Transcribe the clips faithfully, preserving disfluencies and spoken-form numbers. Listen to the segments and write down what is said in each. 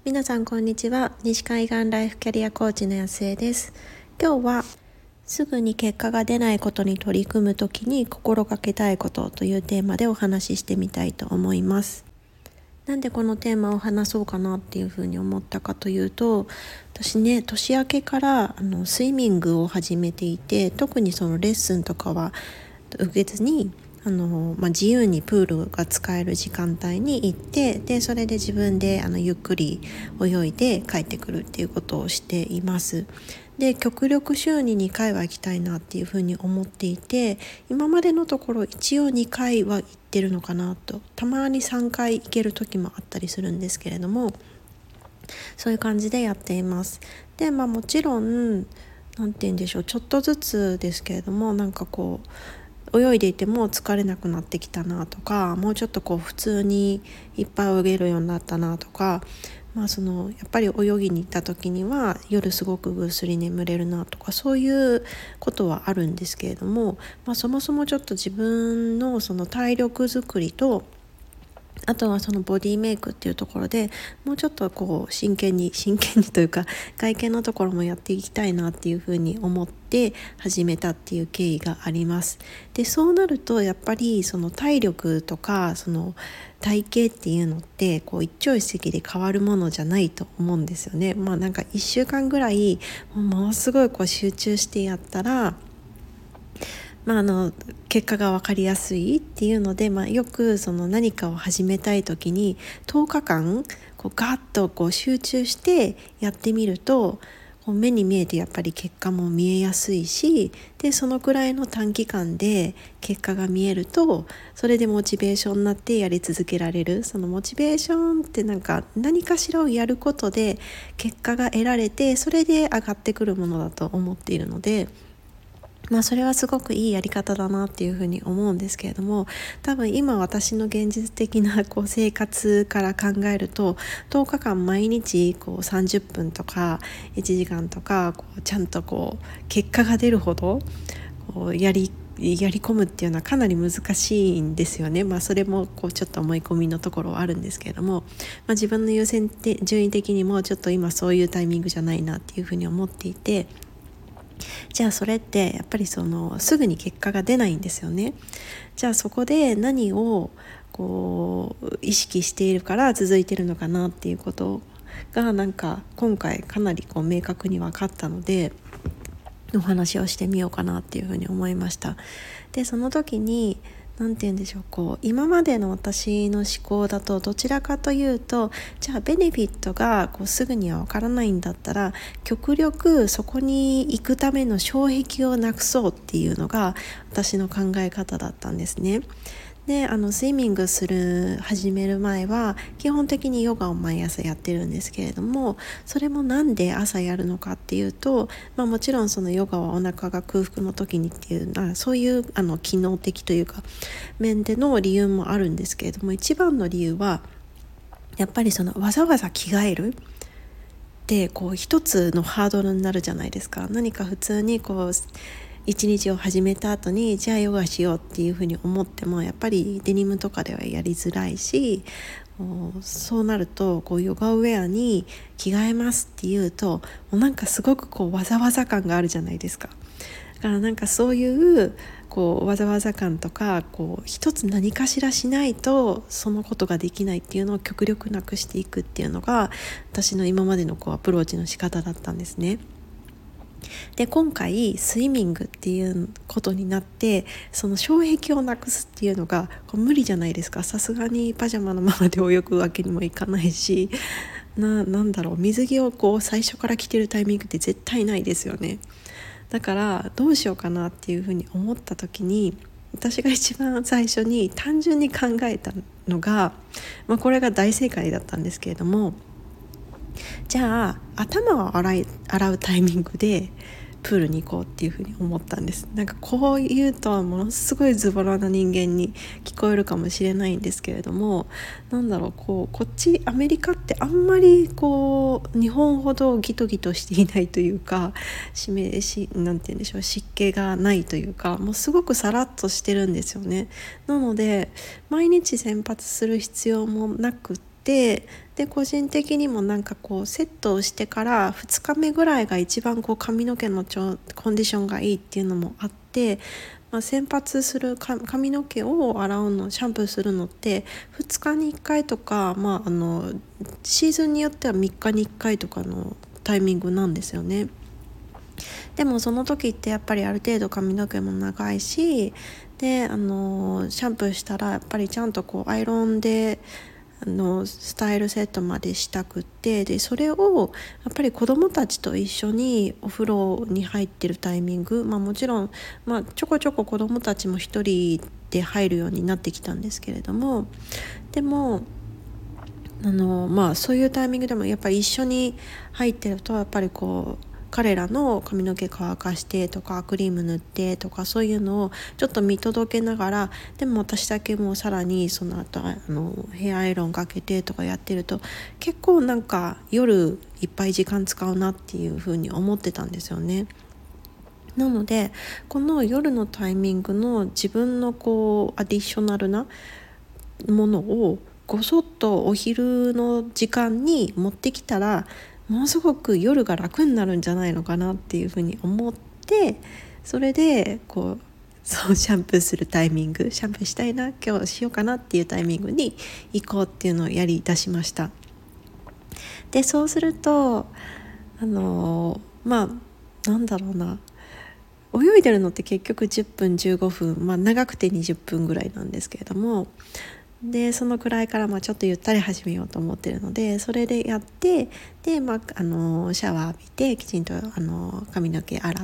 皆さんこんにちは。西海岸ライフキャリアコーチの安江です。今日はすぐに結果が出ないことに取り組むときに心がけたいことというテーマでお話ししてみたいと思います。なんでこのテーマを話そうかなっていうふうに思ったかというと、私ね、年明けからあのスイミングを始めていて、特にそのレッスンとかは受けずにあの、まあ、自由にプールが使える時間帯に行って、でそれで自分であのゆっくり泳いで帰ってくるっていうことをしています。で極力週ににかいは行きたいなっていうふうに思っていて、今までのところ一応にかいは行ってるのかなと、たまにさんかい行ける時もあったりするんですけれども、そういう感じでやっています。でまあもちろんなんて言うんでしょう、ちょっとずつですけれども、なんかこう泳いでいても疲れなくなってきたなとか、もうちょっとこう普通にいっぱい泳げるようになったなとか、まあ、そのやっぱり泳ぎに行った時には夜すごくぐっすり眠れるなとか、そういうことはあるんですけれども、まあ、そもそもちょっと自分のその体力作りと、あとはそのボディメイクっていうところでもうちょっとこう真剣に真剣にというか外見のところもやっていきたいなっていうふうに思って始めたっていう経緯があります。でそうなるとやっぱりその体力とかその体型っていうのってこう一朝一夕で変わるものじゃないと思うんですよね。まあなんかいっしゅうかんぐらいものすごいこう集中してやったら、まあ、あの結果が分かりやすいっていうので、まあ、よくその何かを始めたい時にとおかかんこうガッとこう集中してやってみると、こう目に見えてやっぱり結果も見えやすいし、でそのくらいの短期間で結果が見えると、それでモチベーションになってやり続けられる。そのモチベーションってなんか何かしらをやることで結果が得られて、それで上がってくるものだと思っているので、まあそれはすごくいいやり方だなっていうふうに思うんですけれども、多分今私の現実的なこう生活から考えると、とおかかん毎日こうさんじゅっぷんとかいちじかんとかこうちゃんとこう結果が出るほどこうやりやり込むっていうのはかなり難しいんですよね。まあそれもこうちょっと思い込みのところはあるんですけれども、まあ、自分の優先順位的にもちょっと今そういうタイミングじゃないなっていうふうに思っていて、じゃあそれってやっぱりそのすぐに結果が出ないんですよね。じゃあそこで何をこう意識しているから続いているのかなっていうことがなんか今回かなりこう明確に分かったので、お話をしてみようかなっていうふうに思いました。でその時になんて言うんでしょう、こう今までの私の思考だとどちらかというと、じゃあベネフィットがこうすぐにはわからないんだったら極力そこに行くための障壁をなくそうっていうのが私の考え方だったんですね。であのスイミングする始める前は基本的にヨガを毎朝やってるんですけれども、それもなんで朝やるのかっていうと、まあ、もちろんそのヨガはお腹が空腹の時にっていうあそういうあの機能的というか面での理由もあるんですけれども、一番の理由はやっぱりそのわざわざ着替えるでこう一つのハードルになるじゃないですか。何か普通にこう一日を始めた後にじゃあヨガしようっていうふうに思ってもやっぱりデニムとかではやりづらいし、そうなるとこうヨガウェアに着替えますっていうともうなんかすごくこうわざわざ感があるじゃないですか。だからなんかそういうこうわざわざ感とかこう一つ何かしらしないとそのことができないっていうのを極力なくしていくっていうのが私の今までのこうアプローチの仕方だったんですね。で今回スイミングっていうことになってその障壁をなくすっていうのがこう無理じゃないですか。さすがにパジャマのままで泳ぐわけにもいかないし、な、なんだろう水着をこう最初から着てるタイミングって絶対ないですよね。だからどうしようかなっていうふうに思った時に、私が一番最初に単純に考えたのが、まあ、これが大正解だったんですけれども、じゃあ頭を洗い洗うタイミングでプールに行こうっていうふうに思ったんです。なんかこう言うとはものすごいズボラな人間に聞こえるかもしれないんですけれども、なんだろうこうこっちアメリカってあんまりこう日本ほどギトギトしていないというか、湿しなんて言うんでしょう湿気がないというか、もうすごくさらっとしてるんですよね。なので毎日洗髪する必要もなくってて、で個人的にもなんかこうセットをしてからふつかめぐらいが一番こう髪の毛のちょコンディションがいいっていうのもあって、まあ、洗髪するか髪の毛を洗うのシャンプーするのってふつかにいっかいとか、まあ、あのシーズンによってはみっかにいっかいとかのタイミングなんですよね。でもその時ってやっぱりある程度髪の毛も長いし、であのシャンプーしたらやっぱりちゃんとこうアイロンであのスタイルセットまでしたくって、でそれをやっぱり子どもたちと一緒にお風呂に入ってるタイミング、まあ、もちろん、まあ、ちょこちょこ子どもたちも一人で入るようになってきたんですけれども、でもあの、まあ、そういうタイミングでもやっぱり一緒に入ってるとやっぱりこう彼らの髪の毛乾かしてとかクリーム塗ってとかそういうのをちょっと見届けながら、でも私だけもうさらにその後あのヘアアイロンかけてとかやってると結構なんか夜いっぱい時間使うなっていう風に思ってたんですよね。なのでこの夜のタイミングの自分のこうアディショナルなものをごそっとお昼の時間に持ってきたらものすごく夜が楽になるんじゃないのかなっていうふうに思って、それでこうそうシャンプーするタイミング、シャンプーしたいな今日しようかなっていうタイミングに行こうっていうのをやり出しました。でそうするとあのまあなんだろうな、泳いでるのって結局じゅっぷんじゅうごふん、まあ、長くてにじゅっぷんぐらいなんですけれども、でそのくらいからまあちょっとゆったり始めようと思ってるのでそれでやって、で、まあ、あのシャワー浴びてきちんとあの髪の毛洗って、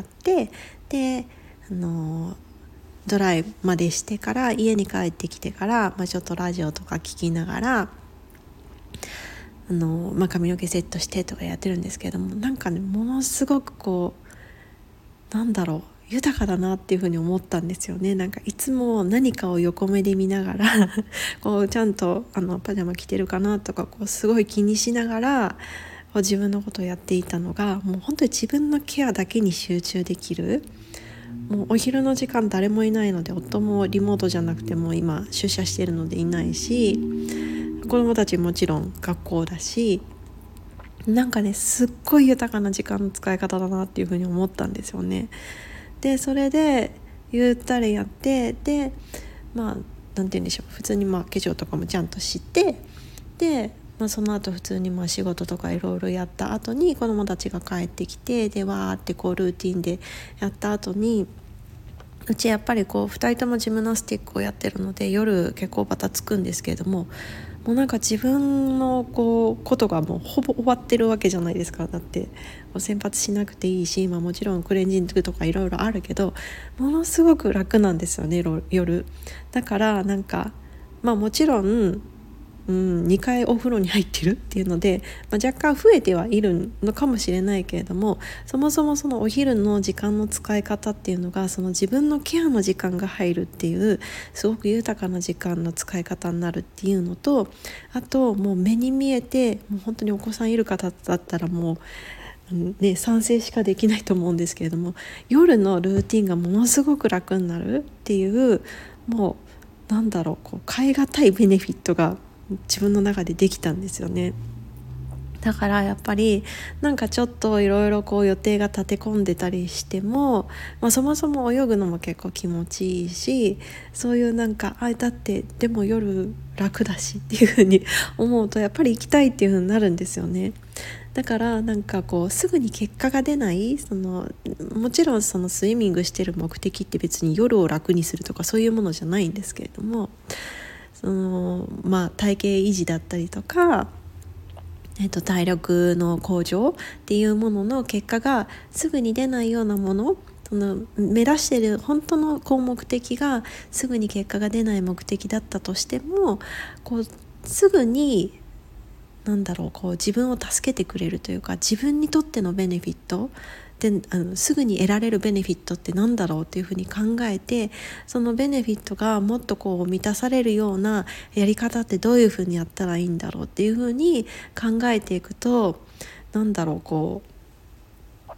であのドライまでしてから家に帰ってきてから、まあ、ちょっとラジオとか聞きながらあの、まあ、髪の毛セットしてとかやってるんですけれども、なんかねものすごくこうなんだろう豊かだなっていうふうに思ったんですよね。なんかいつも何かを横目で見ながらこうちゃんとあのパジャマ着てるかなとかこうすごい気にしながらこう自分のことをやっていたのが、もう本当に自分のケアだけに集中できる。もうお昼の時間誰もいないので、夫もリモートじゃなくても今出社してるのでいないし、子供たちもちろん学校だし、なんかねすっごい豊かな時間の使い方だなっていうふうに思ったんですよね。でそれでゆったりやって、でまあなんて言うんでしょう、普通にまあ化粧とかもちゃんとして、で、まあ、その後普通にまあ仕事とかいろいろやった後に子どもたちが帰ってきて、でわーってこうルーティンでやった後に、うちやっぱりこうふたりともジムナスティックをやってるので夜結構バタつくんですけれども、もうなんか自分のこうことがもうほぼ終わってるわけじゃないですか。だって洗髪しなくていいし、まあ、もちろんクレンジングとかいろいろあるけどものすごく楽なんですよね夜。だからなんかまあもちろんうん、にかいお風呂に入ってるっていうので、まあ、若干増えてはいるのかもしれないけれども、そもそもそのお昼の時間の使い方っていうのがその自分のケアの時間が入るっていうすごく豊かな時間の使い方になるっていうのと、あともう目に見えてもう本当にお子さんいる方だったらもうね、賛成しかできないと思うんですけれども、夜のルーティンがものすごく楽になるっていう、もうなんだろう、こう変え難いベネフィットが自分の中でできたんですよね。だからやっぱりなんかちょっといろいろこう予定が立て込んでたりしても、まあ、そもそも泳ぐのも結構気持ちいいし、そういうなんかあだってでも夜楽だしっていう風に思うとやっぱり行きたいっていう風になるんですよね。だからなんかこうすぐに結果が出ない、そのもちろんそのスイミングしてる目的って別に夜を楽にするとかそういうものじゃないんですけれども、そのまあ体型維持だったりとか、えっと、体力の向上っていうものの結果がすぐに出ないようなもの、その目指している本当のこう目的がすぐに結果が出ない目的だったとしても、こうすぐになんだろう、こう自分を助けてくれるというか、自分にとってのベネフィットであのすぐに得られるベネフィットってなんだろうっていうふうに考えて、そのベネフィットがもっとこう満たされるようなやり方ってどういうふうにやったらいいんだろうっていうふうに考えていくと、なんだろう、こう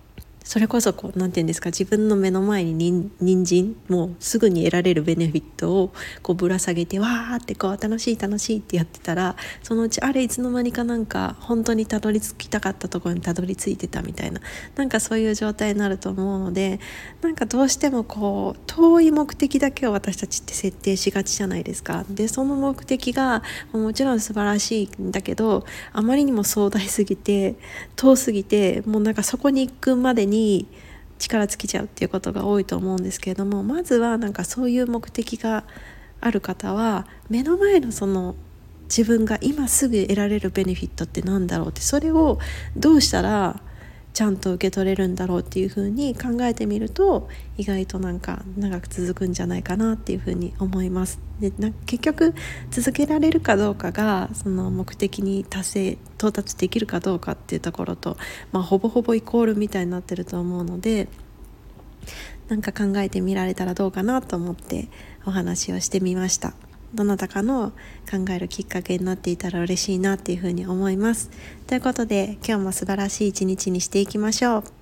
それこそこうなんていうんですか、自分の目の前にに人参もうすぐに得られるベネフィットをこうぶら下げてわーってこう楽しい楽しいってやってたら、そのうちあれいつの間にかなんか本当にたどり着きたかったところにたどり着いてたみたいな、なんかそういう状態になると思うので、なんかどうしてもこう遠い目的だけを私たちって設定しがちじゃないですか。でその目的がもちろん素晴らしいんだけど、あまりにも壮大すぎて遠すぎて、もうなんかそこに行くまでにに力尽きちゃうっていうことが多いと思うんですけれども、まずはなんかそういう目的がある方は目の前のその自分が今すぐ得られるベネフィットってなんだろうって、それをどうしたらちゃんと受け取れるんだろうっていうふうに考えてみると、意外となんか長く続くんじゃないかなっていうふうに思います。でな結局続けられるかどうかがその目的に達成到達できるかどうかっていうところと、まあ、ほぼほぼイコールみたいになってると思うので、なんか考えてみられたらどうかなと思ってお話をしてみました。どなたかの考えるきっかけになっていたら嬉しいなっていうふうに思います。ということで今日も素晴らしい一日にしていきましょう。